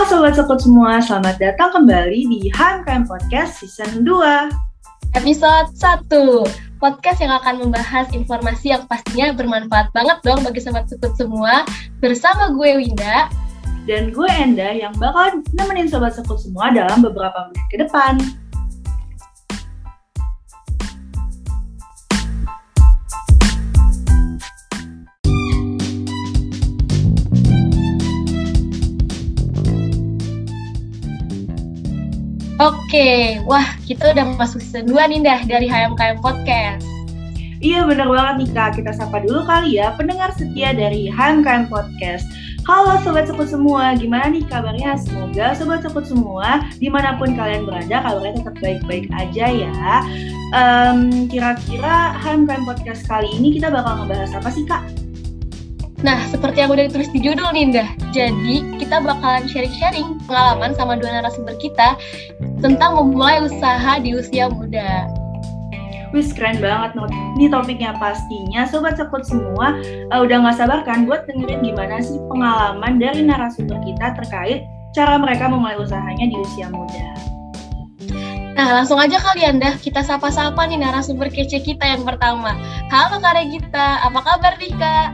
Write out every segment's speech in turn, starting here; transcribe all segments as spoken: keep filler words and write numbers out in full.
Sobat Sekut semua, selamat datang kembali di H M K M Podcast Season dua Episode satu, podcast yang akan membahas informasi yang pastinya bermanfaat banget dong bagi Sobat Sekut semua. Bersama gue Winda dan gue Enda yang bakal nemenin Sobat Sekut semua dalam beberapa menit ke depan. Oke, wah kita udah masuk season dua nih dah dari H M K M Podcast. Iya bener banget nih Kak, kita sapa dulu kali ya pendengar setia dari H M K M Podcast. Halo Sobat Sekut semua, gimana nih kabarnya? Semoga Sobat Sekut semua dimanapun kalian berada, kabarnya tetap baik-baik aja ya. Um, kira-kira H M K M Podcast kali ini kita bakal ngebahas apa sih Kak? Nah, seperti yang udah ditulis di judul nih, Indah. Jadi, kita bakalan sharing-sharing pengalaman sama dua narasumber kita tentang memulai usaha di usia muda. Wih, keren banget, Not. Ini topiknya pastinya Sobat Sekut semua uh, udah gak sabar kan buat dengerin gimana sih pengalaman dari narasumber kita terkait cara mereka memulai usahanya di usia muda. Nah, langsung aja kali Anda, kita sapa-sapa nih narasumber kece kita yang pertama. Halo Kak Regita, apa kabar nih Kak?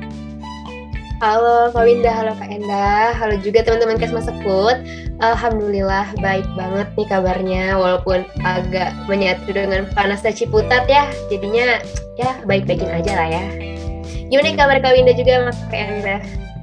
Halo Kak Winda, halo Kak Enda, halo juga teman-teman Kesmas Sekut. Alhamdulillah baik banget nih kabarnya, walaupun agak menyatu dengan panas dan Ciputat ya. Jadinya ya baik-baikin aja lah ya. Gimana kabar Kak Winda juga sama Kak Enda?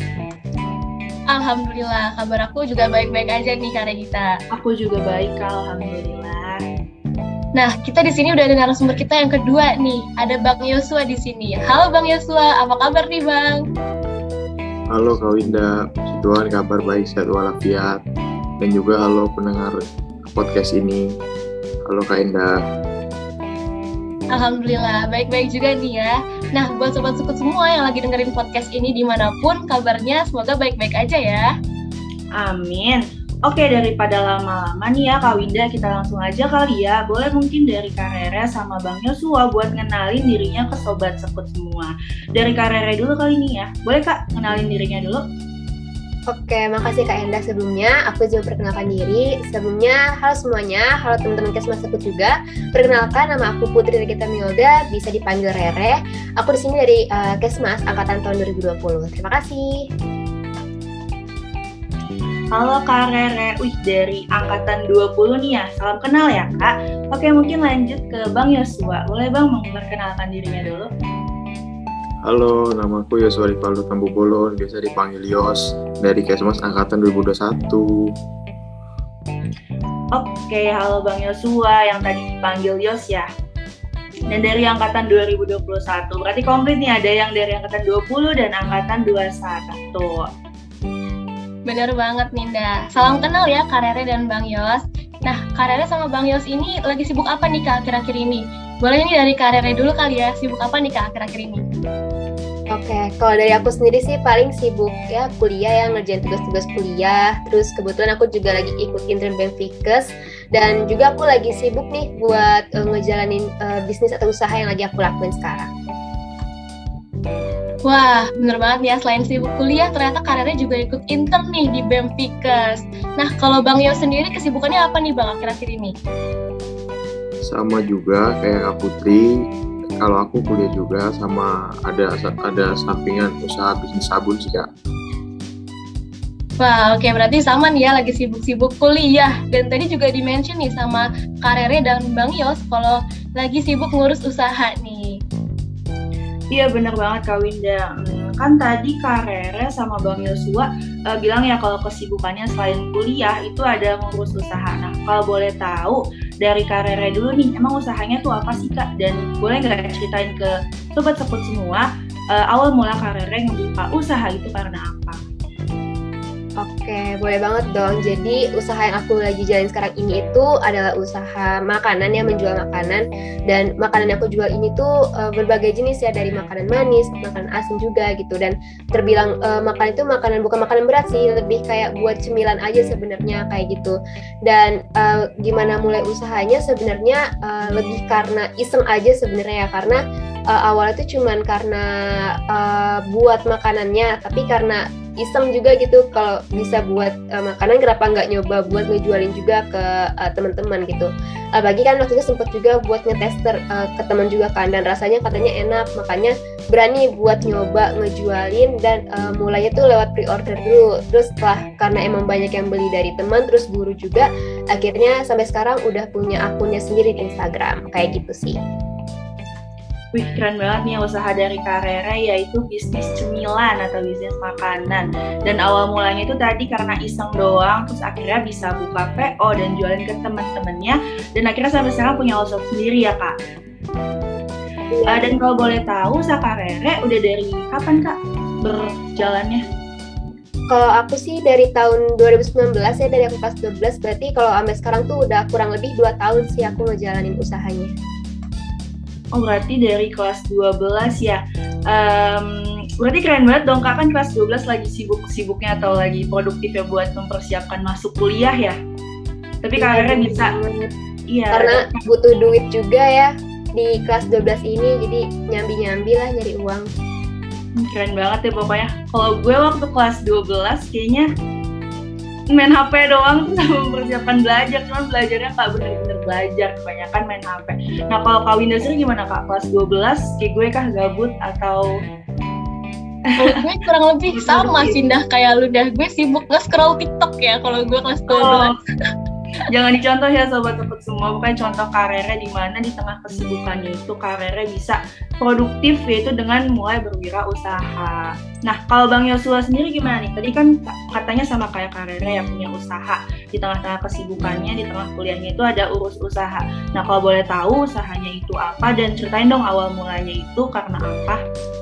Alhamdulillah, kabar aku juga baik-baik aja nih Kak Regita. Aku juga baik, alhamdulillah. Nah, kita di sini udah ada narasumber kita yang kedua nih. Ada Bang Yosua di sini. Halo Bang Yosua, apa kabar nih Bang? Halo Kak Winda, puji Tuhan kabar baik, sehat walafiat. Dan juga halo pendengar podcast ini. Halo Kak Enda. Alhamdulillah, baik-baik juga nih ya. Nah, buat Sobat Sekut semua yang lagi dengerin podcast ini dimanapun kabarnya, semoga baik-baik aja ya. Amin. Oke, daripada lama-lama nih ya Kak Winda, kita langsung aja kali ya. Boleh mungkin dari Kak Rere sama Bang Yosua buat ngenalin dirinya ke Sobat Sekut semua. Dari Kak Rere dulu kali ini ya. Boleh Kak, ngenalin dirinya dulu? Oke, makasih Kak Enda sebelumnya. Aku juga perkenalkan diri. Sebelumnya, halo semuanya. Halo teman-teman Kesmas Sekut juga. Perkenalkan, nama aku Putri Regita Milda, bisa dipanggil Rere. Aku di sini dari uh, Kesmas angkatan tahun dua ribu dua puluh. Terima kasih. Halo Kak Rere, wih dari angkatan dua puluh nih ya, salam kenal ya Kak. Oke mungkin lanjut ke Bang Yosua, boleh Bang memperkenalkan dirinya dulu? Halo, nama aku Yosua Rivaldo Tambubolon, biasa dipanggil Yos, dari Kesmas angkatan dua ribu dua puluh satu. Oke, halo Bang Yosua yang tadi dipanggil Yos ya. Dan dari angkatan dua ribu dua puluh satu, berarti komplit nih, ada yang dari angkatan dua puluh dan angkatan dua puluh satu. Bener banget Ninda. Salam kenal ya Kak Rere dan Bang Yos. Nah, Kak Rere sama Bang Yos ini lagi sibuk apa nih Kak akhir-akhir ini? Boleh nih dari Kak Rere dulu kali ya, sibuk apa nih Kak akhir-akhir ini? Oke, kalau dari aku sendiri sih paling sibuk ya kuliah, yang ngerjain tugas-tugas kuliah. Terus kebetulan aku juga lagi ikut intern B E M Fikes. Dan juga aku lagi sibuk nih buat uh, ngejalanin uh, bisnis atau usaha yang lagi aku lakuin sekarang. Wah, bener banget ya, selain sibuk kuliah, ternyata karirnya juga ikut intern nih di B E M Fikes. Nah, kalau Bang Yos sendiri kesibukannya apa nih Bang akhir-akhir ini? Sama juga kayak Kak Putri, kalau aku kuliah juga sama ada ada sampingan usaha bisnis sabun sih Kak. Wah, oke, berarti sama nih ya, lagi sibuk-sibuk kuliah. Dan tadi juga di-mention nih sama Kak Rere dan Bang Yos kalau lagi sibuk ngurus usaha nih. Iya bener banget Kak Winda. Kan tadi Kak Rere sama Bang Yosua uh, bilang ya kalau kesibukannya selain kuliah itu ada ngurus usaha. Nah kalau boleh tahu dari Kak Rere dulu nih, emang usahanya tuh apa sih Kak? Dan boleh nggak ceritain ke Sobat Sekut semua uh, awal mula Kak Rere ngebuka usaha itu karena apa? Oke, boleh banget dong. Jadi usaha yang aku lagi jalanin sekarang ini itu adalah usaha makanan ya, menjual makanan. Dan makanan yang aku jual ini tuh uh, berbagai jenis ya, dari makanan manis, makanan asin juga gitu. Dan terbilang uh, makanan itu makanan bukan makanan berat sih, lebih kayak buat cemilan aja sebenarnya kayak gitu. Dan uh, gimana mulai usahanya sebenarnya uh, lebih karena iseng aja sebenarnya ya, karena uh, awalnya tuh cuman karena uh, buat makanannya, tapi karena iseng juga gitu kalau bisa buat uh, makanan, kenapa nggak nyoba buat ngejualin juga ke uh, teman-teman gitu. Apalagi kan waktu itu sempet juga buat ngetester uh, ke teman juga kan, dan rasanya katanya enak, makanya berani buat nyoba ngejualin, dan uh, mulainya tuh lewat pre-order dulu. Terus setelah karena emang banyak yang beli dari teman terus guru juga, akhirnya sampai sekarang udah punya akunnya sendiri di Instagram kayak gitu sih. Wih, keren banget nih usaha dari Kak Rere, yaitu bisnis cemilan atau bisnis makanan. Dan awal mulanya itu tadi karena iseng doang, terus akhirnya bisa buka P O dan jualin ke teman-temannya, dan akhirnya sampai sekarang punya usaha sendiri ya Kak. Uh, dan kalau boleh tahu, usaha Kak Rere udah dari kapan Kak berjalannya? Kalau aku sih dari tahun dua ribu sembilan belas ya, dari aku kelas dua belas, berarti kalau sampai sekarang tuh udah kurang lebih dua tahun sih aku ngejalanin usahanya. Oh, berarti dari kelas dua belas ya. Um, berarti keren banget dong Kak, kan kelas dua belas lagi sibuk-sibuknya atau lagi produktifnya buat mempersiapkan masuk kuliah ya. Tapi Kak Rere bisa. Iya. Karena butuh duit juga ya di kelas dua belas ini, jadi nyambi-nyambi lah nyari uang. Keren banget ya pokoknya. Kalau gue waktu kelas dua belas kayaknya main H P doang tuh sama mempersiapkan belajar, cuman belajarnya nggak bener-bener belajar, kebanyakan main H P. Nah kalau Kak Winda sendiri gimana Kak? Kelas dua belas kayak gue kah gabut atau? Kalau gue kurang lebih sama sih dah kayak lu dah, gue sibuk nge-scroll TikTok ya kalau gue kelas dua belas. Oh. Jangan dicontoh ya sobat-sobat semua, bukan contoh Kak Rere di mana di tengah kesibukannya itu Kak Rere bisa produktif, yaitu dengan mulai berwirausaha. Nah, kalau Bang Yosua sendiri gimana nih? Tadi kan katanya sama kayak Kak Rere yang punya usaha, di tengah-tengah kesibukannya, di tengah kuliahnya itu ada urus usaha. Nah, kalau boleh tahu usahanya itu apa, dan ceritain dong awal mulanya itu karena apa?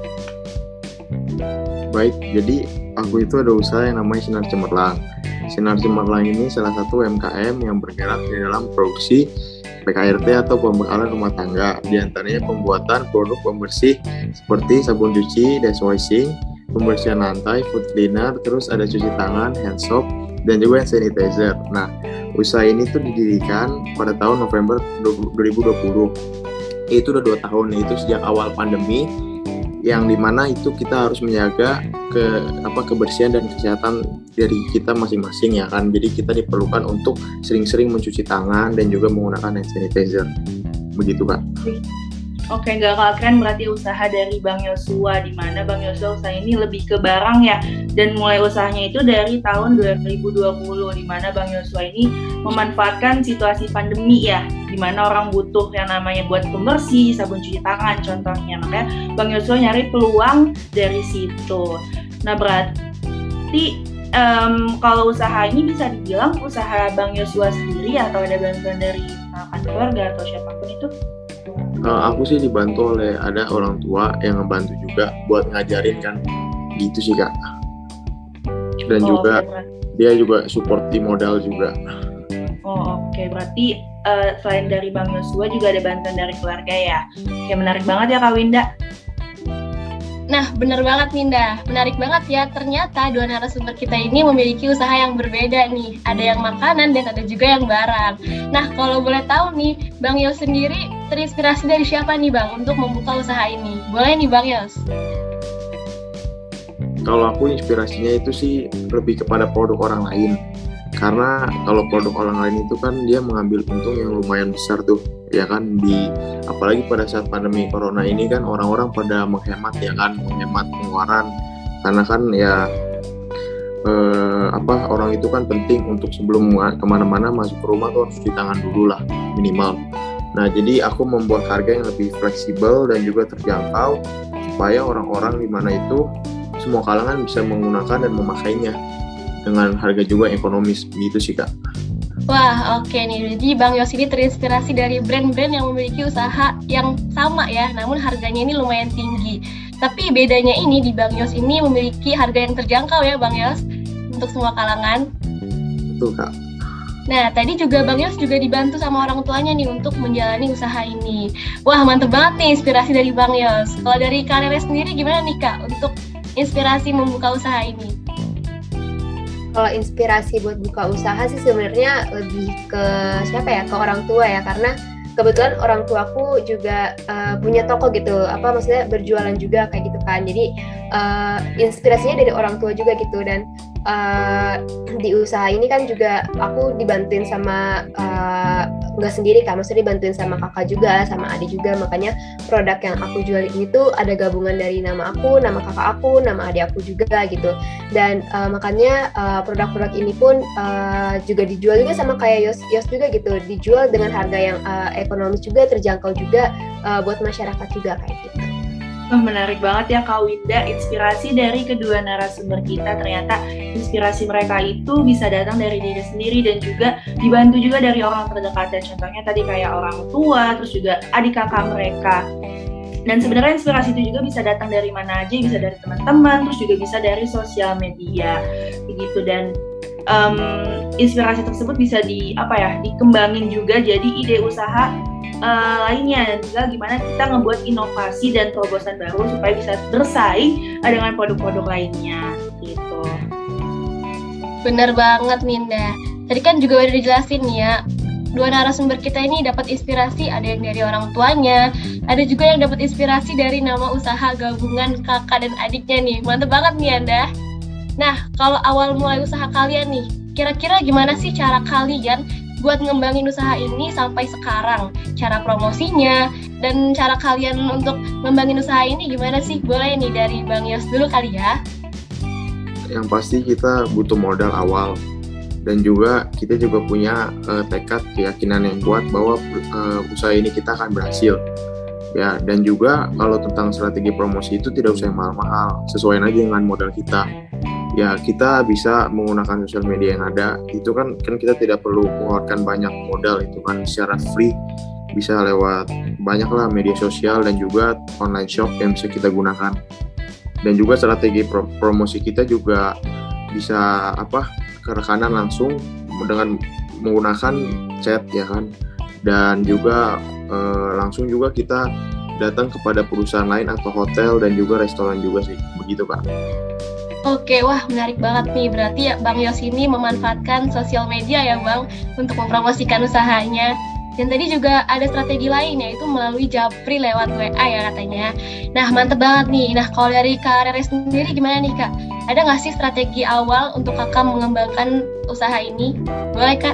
Baik, jadi aku itu ada usaha yang namanya Sinar Cemerlang. Sinar Cemerlang ini salah satu U M K M yang bergerak di dalam produksi P K R T atau pembekalan rumah tangga. Di antaranya pembuatan produk pembersih seperti sabun cuci, dishwashing, pembersihan lantai, food cleaner, terus ada cuci tangan, hand soap, dan juga hand sanitizer. Nah, usaha ini tuh didirikan pada tahun November dua ribu dua puluh. Itu udah dua tahun, itu sejak awal pandemi, yang dimana itu kita harus menjaga ke apa kebersihan dan kesehatan dari kita masing-masing ya kan. Jadi kita diperlukan untuk sering-sering mencuci tangan dan juga menggunakan hand sanitizer. Begitu Kak. Oke, nggak kalah keren berarti usaha dari Bang Yosua, di mana Bang Yosua usaha ini lebih ke barang ya, dan mulai usahanya itu dari tahun dua ribu dua puluh, di mana Bang Yosua ini memanfaatkan situasi pandemi ya, di mana orang butuh yang namanya buat pembersih, sabun cuci tangan contohnya, makanya Bang Yosua nyari peluang dari situ. Nah berarti um, kalau usaha ini bisa dibilang usaha Bang Yosua sendiri atau ada bantuan dari rekan keluarga atau siapapun itu? Uh, aku sih dibantu oleh ada orang tua yang ngebantu juga buat ngajarin kan, gitu sih Kak. Dan oh, juga okay, dia juga support di modal juga. Oh oke, okay. Berarti uh, selain dari Bang Yosua juga ada bantuan dari keluarga ya. Oke, menarik banget ya Kak Winda. Nah, bener banget Ninda, menarik banget ya, ternyata dua narasumber kita ini memiliki usaha yang berbeda nih, ada yang makanan dan ada juga yang barang. Nah, kalau boleh tahu nih, Bang Yos sendiri terinspirasi dari siapa nih Bang untuk membuka usaha ini? Boleh nih Bang Yos? Kalau aku inspirasinya itu sih lebih kepada produk orang lain. Karena kalau produk orang lain itu kan dia mengambil untung yang lumayan besar tuh, ya kan, di apalagi pada saat pandemi corona ini kan orang-orang pada menghemat ya kan, menghemat pengeluaran, karena kan ya eh, apa orang itu kan penting untuk sebelum kemana-mana masuk ke rumah tuh harus cuci tangan dulu lah minimal. Nah jadi aku membuat harga yang lebih fleksibel dan juga terjangkau supaya orang-orang di mana itu semua kalangan bisa menggunakan dan memakainya dengan harga juga ekonomis, gitu sih Kak. Wah, oke okay nih. Jadi Bang Yos ini terinspirasi dari brand-brand yang memiliki usaha yang sama ya, namun harganya ini lumayan tinggi. Tapi bedanya ini di Bang Yos ini memiliki harga yang terjangkau ya Bang Yos, untuk semua kalangan. Betul Kak. Nah, tadi juga Bang Yos juga dibantu sama orang tuanya nih untuk menjalani usaha ini. Wah, mantep banget nih inspirasi dari Bang Yos. Kalau dari Kak Rere sendiri gimana nih Kak untuk inspirasi membuka usaha ini? Kalau inspirasi buat buka usaha sih sebenarnya lebih ke siapa ya, ke orang tua ya, karena kebetulan orang tuaku juga uh, punya toko gitu, apa maksudnya berjualan juga kayak gitu kan. Jadi uh, inspirasinya dari orang tua juga gitu. Dan uh, di usaha ini kan juga aku dibantuin sama uh, nggak sendiri kan, maksudnya dibantuin sama kakak juga, sama adik juga. Makanya produk yang aku jual ini tuh ada gabungan dari nama aku, nama kakak aku, nama adik aku juga gitu. Dan uh, makanya uh, produk-produk ini pun uh, juga dijual juga sama kayak Yos Yos juga gitu, dijual dengan harga yang uh, ekonomis juga, terjangkau juga uh, buat masyarakat juga kayak gitu. Wah, menarik banget ya Kak Winda, inspirasi dari kedua narasumber kita. Ternyata inspirasi mereka itu bisa datang dari diri sendiri dan juga dibantu juga dari orang terdekat. Dan contohnya tadi kayak orang tua, terus juga adik kakak mereka. Dan sebenarnya inspirasi itu juga bisa datang dari mana aja, bisa dari teman-teman, terus juga bisa dari sosial media, begitu. Dan um, inspirasi tersebut bisa di apa ya, dikembangin juga jadi ide usaha Uh, lainnya, dan juga gimana kita ngebuat inovasi dan terobosan baru supaya bisa bersaing uh, dengan produk-produk lainnya gitu. Bener banget Ninda. Tadi kan juga udah dijelasin nih ya, dua narasumber kita ini dapat inspirasi, ada yang dari orang tuanya, ada juga yang dapat inspirasi dari nama usaha gabungan kakak dan adiknya nih. Mantep banget nih Anda. Nah, kalau awal mulai usaha kalian nih, kira-kira gimana sih cara kalian buat ngembangin usaha ini sampai sekarang? Cara promosinya dan cara kalian untuk ngembangin usaha ini gimana sih? Boleh nih dari Bang Yos dulu kali ya. Yang pasti kita butuh modal awal, dan juga kita juga punya uh, tekad, keyakinan yang kuat bahwa uh, usaha ini kita akan berhasil. Ya, dan juga kalau tentang strategi promosi itu tidak usah yang mahal-mahal, sesuaiin aja dengan modal kita. Ya, kita bisa menggunakan sosial media yang ada, itu kan kan kita tidak perlu mengeluarkan banyak modal, itu kan secara free, bisa lewat banyaklah media sosial dan juga online shop yang bisa kita gunakan. Dan juga strategi pro- promosi kita juga bisa apa ke rekanan langsung dengan menggunakan chat ya kan, dan juga eh, langsung juga kita datang kepada perusahaan lain atau hotel dan juga restoran juga sih, begitu Kak. Oke, wah menarik banget nih. Berarti ya Bang Yos ini memanfaatkan sosial media ya Bang untuk mempromosikan usahanya. Dan tadi juga ada strategi lain, yaitu melalui Japri lewat W A ya katanya. Nah, mantep banget nih. Nah, kalau dari Kak Rere sendiri gimana nih Kak? Ada nggak sih strategi awal untuk Kakak mengembangkan usaha ini? Boleh Kak?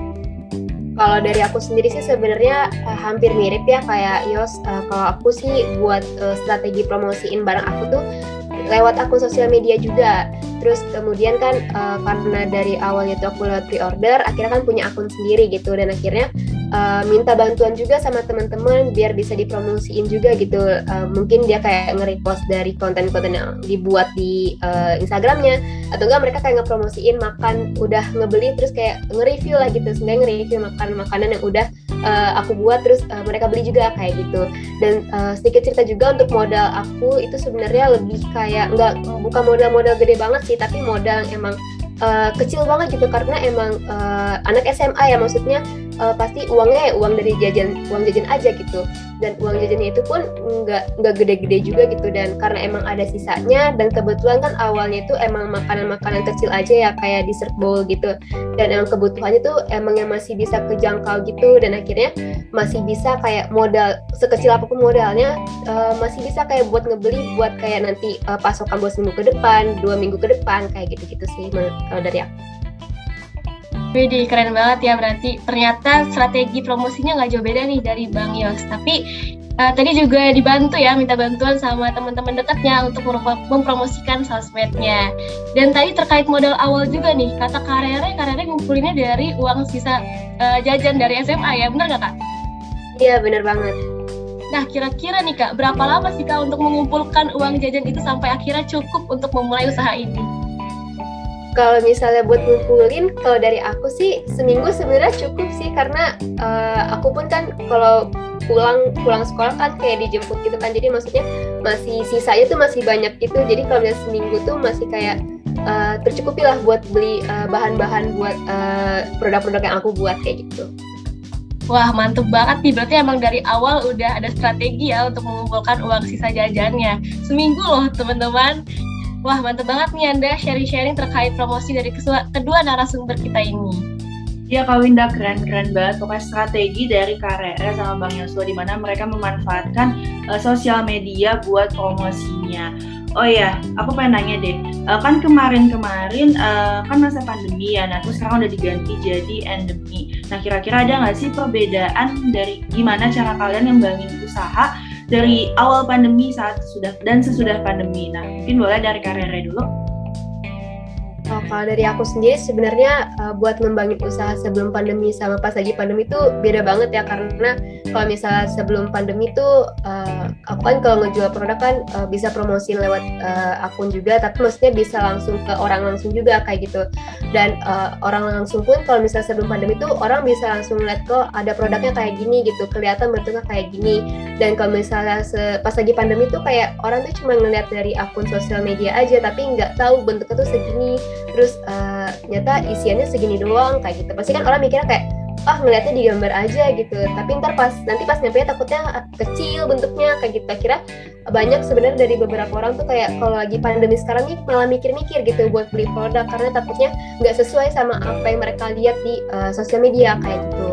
Kalau dari aku sendiri sih sebenarnya uh, hampir mirip ya kayak Yos. Uh, kalau aku sih buat uh, strategi promosiin barang aku tuh lewat akun sosial media juga. Terus kemudian kan uh, karena dari awalnya tuh aku lewat pre-order, akhirnya kan punya akun sendiri gitu, dan akhirnya uh, minta bantuan juga sama teman-teman biar bisa dipromosiin juga gitu. Uh, mungkin dia kayak nge-repost dari konten-konten yang dibuat di uh, Instagramnya, atau enggak mereka kayak ngepromosiin makan, udah ngebeli terus kayak nge-review lah gitu, sebenarnya nge-review makan-makanan yang udah uh, aku buat, terus uh, mereka beli juga kayak gitu. Dan uh, sedikit cerita juga untuk modal aku itu sebenarnya lebih kayak nggak, bukan modal-modal gede banget sih, tapi modal emang uh, kecil banget gitu, karena emang uh, anak S M A ya, maksudnya uh, pasti uangnya ya uang dari jajan, uang jajan aja gitu. Dan uang jajannya itu pun nggak nggak gede-gede juga gitu, dan karena emang ada sisanya, dan kebetulan kan awalnya itu emang makanan-makanan kecil aja ya, kayak dessert bowl gitu, dan emang kebutuhannya tuh emang yang masih bisa kejangkau gitu, dan akhirnya masih bisa kayak modal sekecil apapun modalnya uh, masih bisa kayak buat ngebeli buat kayak nanti uh, pasokan buat seminggu ke depan, dua minggu ke depan kayak gitu-gitu sih kalau dari aku. Widih, keren banget ya. Berarti ternyata strategi promosinya nggak jauh beda nih dari Bang Yos. Tapi uh, tadi juga dibantu ya, minta bantuan sama teman-teman dekatnya untuk mempromosikan sosmednya. Dan tadi terkait modal awal juga nih, kata Kak Rere, Kak Rere ngumpulinnya dari uang sisa uh, jajan dari S M A ya, benar nggak Kak? Iya, benar banget. Nah, kira-kira nih Kak, berapa lama sih Kak untuk mengumpulkan uang jajan itu sampai akhirnya cukup untuk memulai usaha ini? Kalau misalnya buat ngumpulin, kalau dari aku sih seminggu sebenarnya cukup sih, karena uh, aku pun kan kalau pulang pulang sekolah kan kayak dijemput gitu kan, jadi maksudnya masih sisanya tuh masih banyak gitu, jadi kalau misalnya seminggu tuh masih kayak uh, tercukupi lah buat beli uh, bahan-bahan buat uh, produk-produk yang aku buat kayak gitu. Wah, mantep banget nih, berarti emang dari awal udah ada strategi ya untuk mengumpulkan uang sisa jajannya. Seminggu loh teman-teman. Wah, mantep banget nih Anda sharing-sharing terkait promosi dari kedua, kedua narasumber kita ini. Ya Kak Winda, keren-keren banget pokoknya strategi dari Kak Rere sama Bang Yosua di mana mereka memanfaatkan uh, sosial media buat promosinya. Oh ya, aku pengen nanya deh, uh, kan kemarin-kemarin uh, kan masa pandemi ya, nah terus sekarang udah diganti jadi endemi. Nah kira-kira ada nggak sih perbedaan dari gimana cara kalian ngembangin usaha dari awal pandemi saat sudah dan sesudah pandemi? Nah mungkin boleh dari Kak Rere dulu. Oh, kalau dari aku sendiri sebenarnya uh, buat ngembangin usaha sebelum pandemi sama pas lagi pandemi itu beda banget ya, karena kalau misalnya sebelum pandemi tuh uh, aku kan kalau ngejual produk kan uh, bisa promosi lewat uh, akun juga, tapi maksudnya bisa langsung ke orang langsung juga kayak gitu. Dan uh, orang langsung pun kalau misalnya sebelum pandemi tuh orang bisa langsung lihat kok ada produknya kayak gini gitu, kelihatan bentuknya kayak gini. Dan kalau misalnya se- pas lagi pandemi tuh kayak orang tuh cuma ngeliat dari akun sosial media aja, tapi nggak tahu bentuknya tuh segini. Terus uh, ternyata isiannya segini doang kayak gitu. Pasti kan orang mikirnya kayak ah ngeliatnya di gambar aja gitu. Tapi ntar pas nanti pas nyampe takutnya kecil bentuknya kayak gitu. Kira banyak sebenarnya dari beberapa orang tuh kayak kalau lagi pandemi sekarang nih malah mikir-mikir gitu buat beli produk karena takutnya nggak sesuai sama apa yang mereka lihat di uh, sosial media kayak gitu.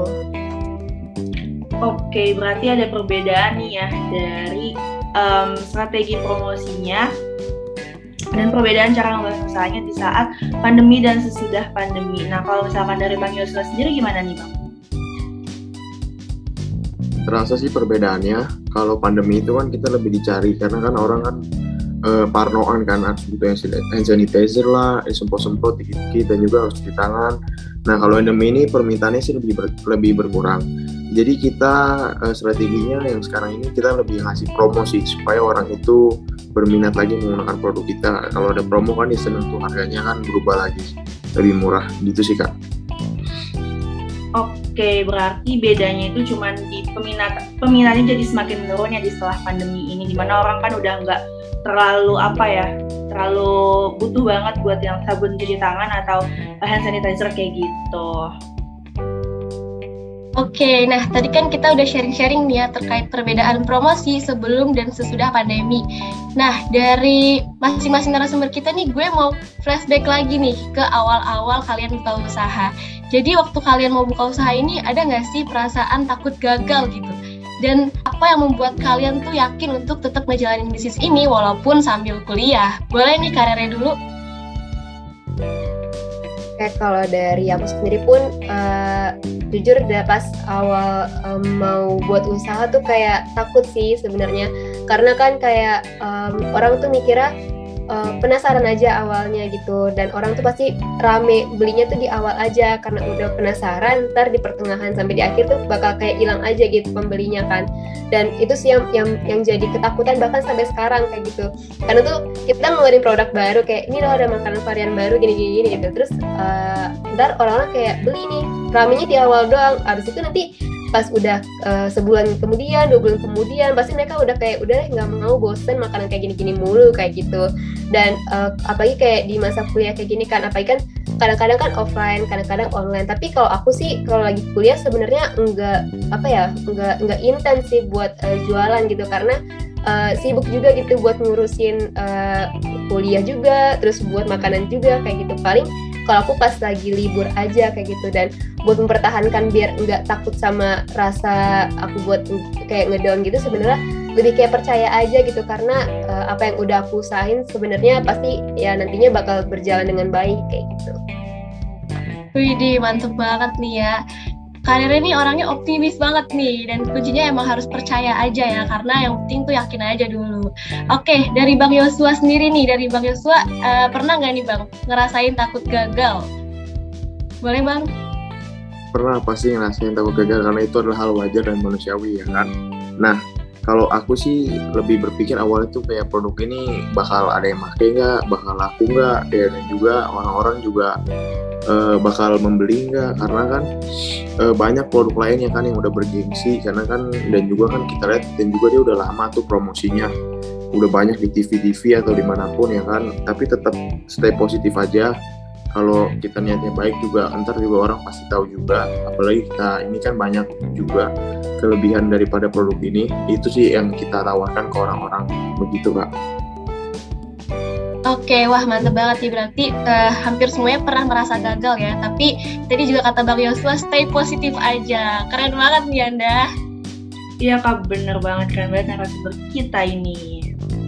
Oke, berarti ada perbedaan nih ya dari um, strategi promosinya dan perbedaan cara ngembangin usahanya di saat pandemi dan sesudah pandemi. Nah, kalau misalkan dari Bang Yosua sendiri gimana nih Bang? Terasa sih perbedaannya, kalau pandemi itu kan kita lebih dicari, karena kan orang kan eh, parnoan kan, harus butuh hand sanitizer lah, eh, semprot-semprot dikit-dikit, dan juga harus cuci tangan. Nah, kalau endemi ini permintaannya sih lebih, ber, lebih berkurang. Jadi kita eh, strateginya yang sekarang ini kita lebih ngasih promosi supaya orang itu berminat lagi menggunakan produk kita. Kalau ada promo kan ya seneng tuh, harganya kan berubah lagi lebih murah gitu sih Kak. Oke, berarti bedanya itu cuma di peminat peminatnya jadi semakin menurun ya di setelah pandemi ini, dimana orang kan udah nggak terlalu apa ya terlalu butuh banget buat yang sabun cuci tangan atau hand sanitizer kayak gitu. Oke, nah tadi kan kita udah sharing-sharing nih ya terkait perbedaan promosi sebelum dan sesudah pandemi. Nah, dari masing-masing narasumber kita nih, gue mau flashback lagi nih ke awal-awal kalian buka usaha. Jadi waktu kalian mau buka usaha ini, ada nggak sih perasaan takut gagal gitu? Dan apa yang membuat kalian tuh yakin untuk tetap ngejalanin bisnis ini walaupun sambil kuliah? Boleh nih Kak Rere dulu? Kayak kalau dari aku sendiri pun uh, jujur udah pas awal um, mau buat usaha tuh kayak takut sih sebenarnya, karena kan kayak um, orang tuh mikirnya uh, penasaran aja awalnya gitu, dan orang tuh pasti rame belinya tuh di awal aja karena udah penasaran, ntar di pertengahan sampai di akhir tuh bakal kayak hilang aja gitu pembelinya kan. Dan itu sih yang, yang yang jadi ketakutan bahkan sampai sekarang kayak gitu, karena tuh kita ngeluarin produk baru kayak ini loh ada makanan varian baru gini-gini gitu, terus uh, ntar orang-orang kayak beli nih ramenya di awal doang, abis itu nanti pas udah uh, sebulan kemudian, dua bulan kemudian pasti mereka udah kayak udah nggak mau, bosen makanan kayak gini-gini mulu kayak gitu. Dan uh, apalagi kayak di masa kuliah kayak gini kan, apalagi kan kadang-kadang kan offline, kadang-kadang online. Tapi kalau aku sih kalau lagi kuliah sebenarnya enggak apa ya, enggak enggak intens sih buat uh, jualan gitu, karena uh, sibuk juga gitu buat ngurusin uh, kuliah juga, terus buat makanan juga kayak gitu. Paling kalau aku pas lagi libur aja kayak gitu, dan buat mempertahankan biar enggak takut sama rasa aku buat kayak ngedown gitu, sebenarnya lebih kayak percaya aja gitu, karena uh, apa yang udah aku usahain sebenarnya pasti ya nantinya bakal berjalan dengan baik kayak gitu. Widih, mantep banget nih ya. Kak Rere nih orangnya optimis banget nih, dan kuncinya emang harus percaya aja ya, karena yang penting tuh yakin aja dulu. Oke, dari Bang Yosua sendiri nih, dari Bang Yosua uh, pernah nggak nih Bang ngerasain takut gagal? Boleh Bang? Pernah, pasti ngerasain takut gagal karena itu adalah hal wajar dan manusiawi ya kan. Nah, kalau aku sih lebih berpikir awalnya tuh kayak produk ini bakal ada yang pakai nggak, bakal laku nggak, dan juga orang-orang juga uh, bakal membeli nggak, karena kan uh, banyak produk lainnya kan yang udah bergengsi, karena kan dan juga kan kita lihat dan juga dia udah lama tuh promosinya, udah banyak di T V-T V atau dimanapun ya kan. Tapi tetap stay positif aja. Kalau kita niatnya baik juga, ntar juga orang pasti tahu juga. Apalagi kita ini kan banyak juga kelebihan daripada produk ini. Itu sih yang kita tawarkan ke orang-orang begitu Kak. Oke, wah mantep banget nih, berarti uh, hampir semuanya pernah merasa gagal ya. Tapi tadi juga kata Bang Yosua, stay positif aja. Keren banget nih Anda. Iya Kak, bener banget, keren banget narasumber kita ini.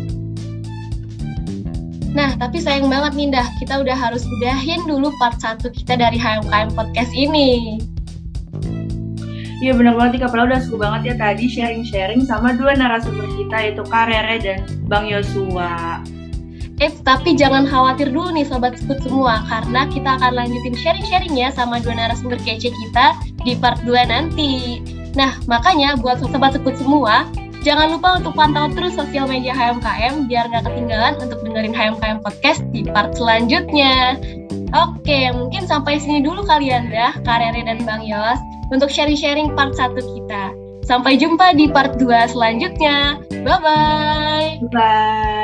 Nah, tapi sayang banget nih Dah, kita udah harus udahin dulu part satu kita dari H M K M Podcast ini. Iya bener banget nih Kak, padahal udah seru banget ya tadi sharing-sharing sama dua narasumber kita, yaitu Kak Rere dan Bang Yosua. Eh, tapi jangan khawatir dulu nih Sobat Sekut semua, karena kita akan lanjutin sharing-sharingnya sama dua narasumber kece kita di part dua nanti. Nah, makanya buat Sobat Sekut semua, jangan lupa untuk pantau terus sosial media H M K M biar nggak ketinggalan untuk dengerin H M K M Podcast di part selanjutnya. Oke, mungkin sampai sini dulu kalian dah, Kak Rere dan Bang Yos, untuk sharing-sharing part satu kita. Sampai jumpa di part dua selanjutnya. Bye-bye! Bye!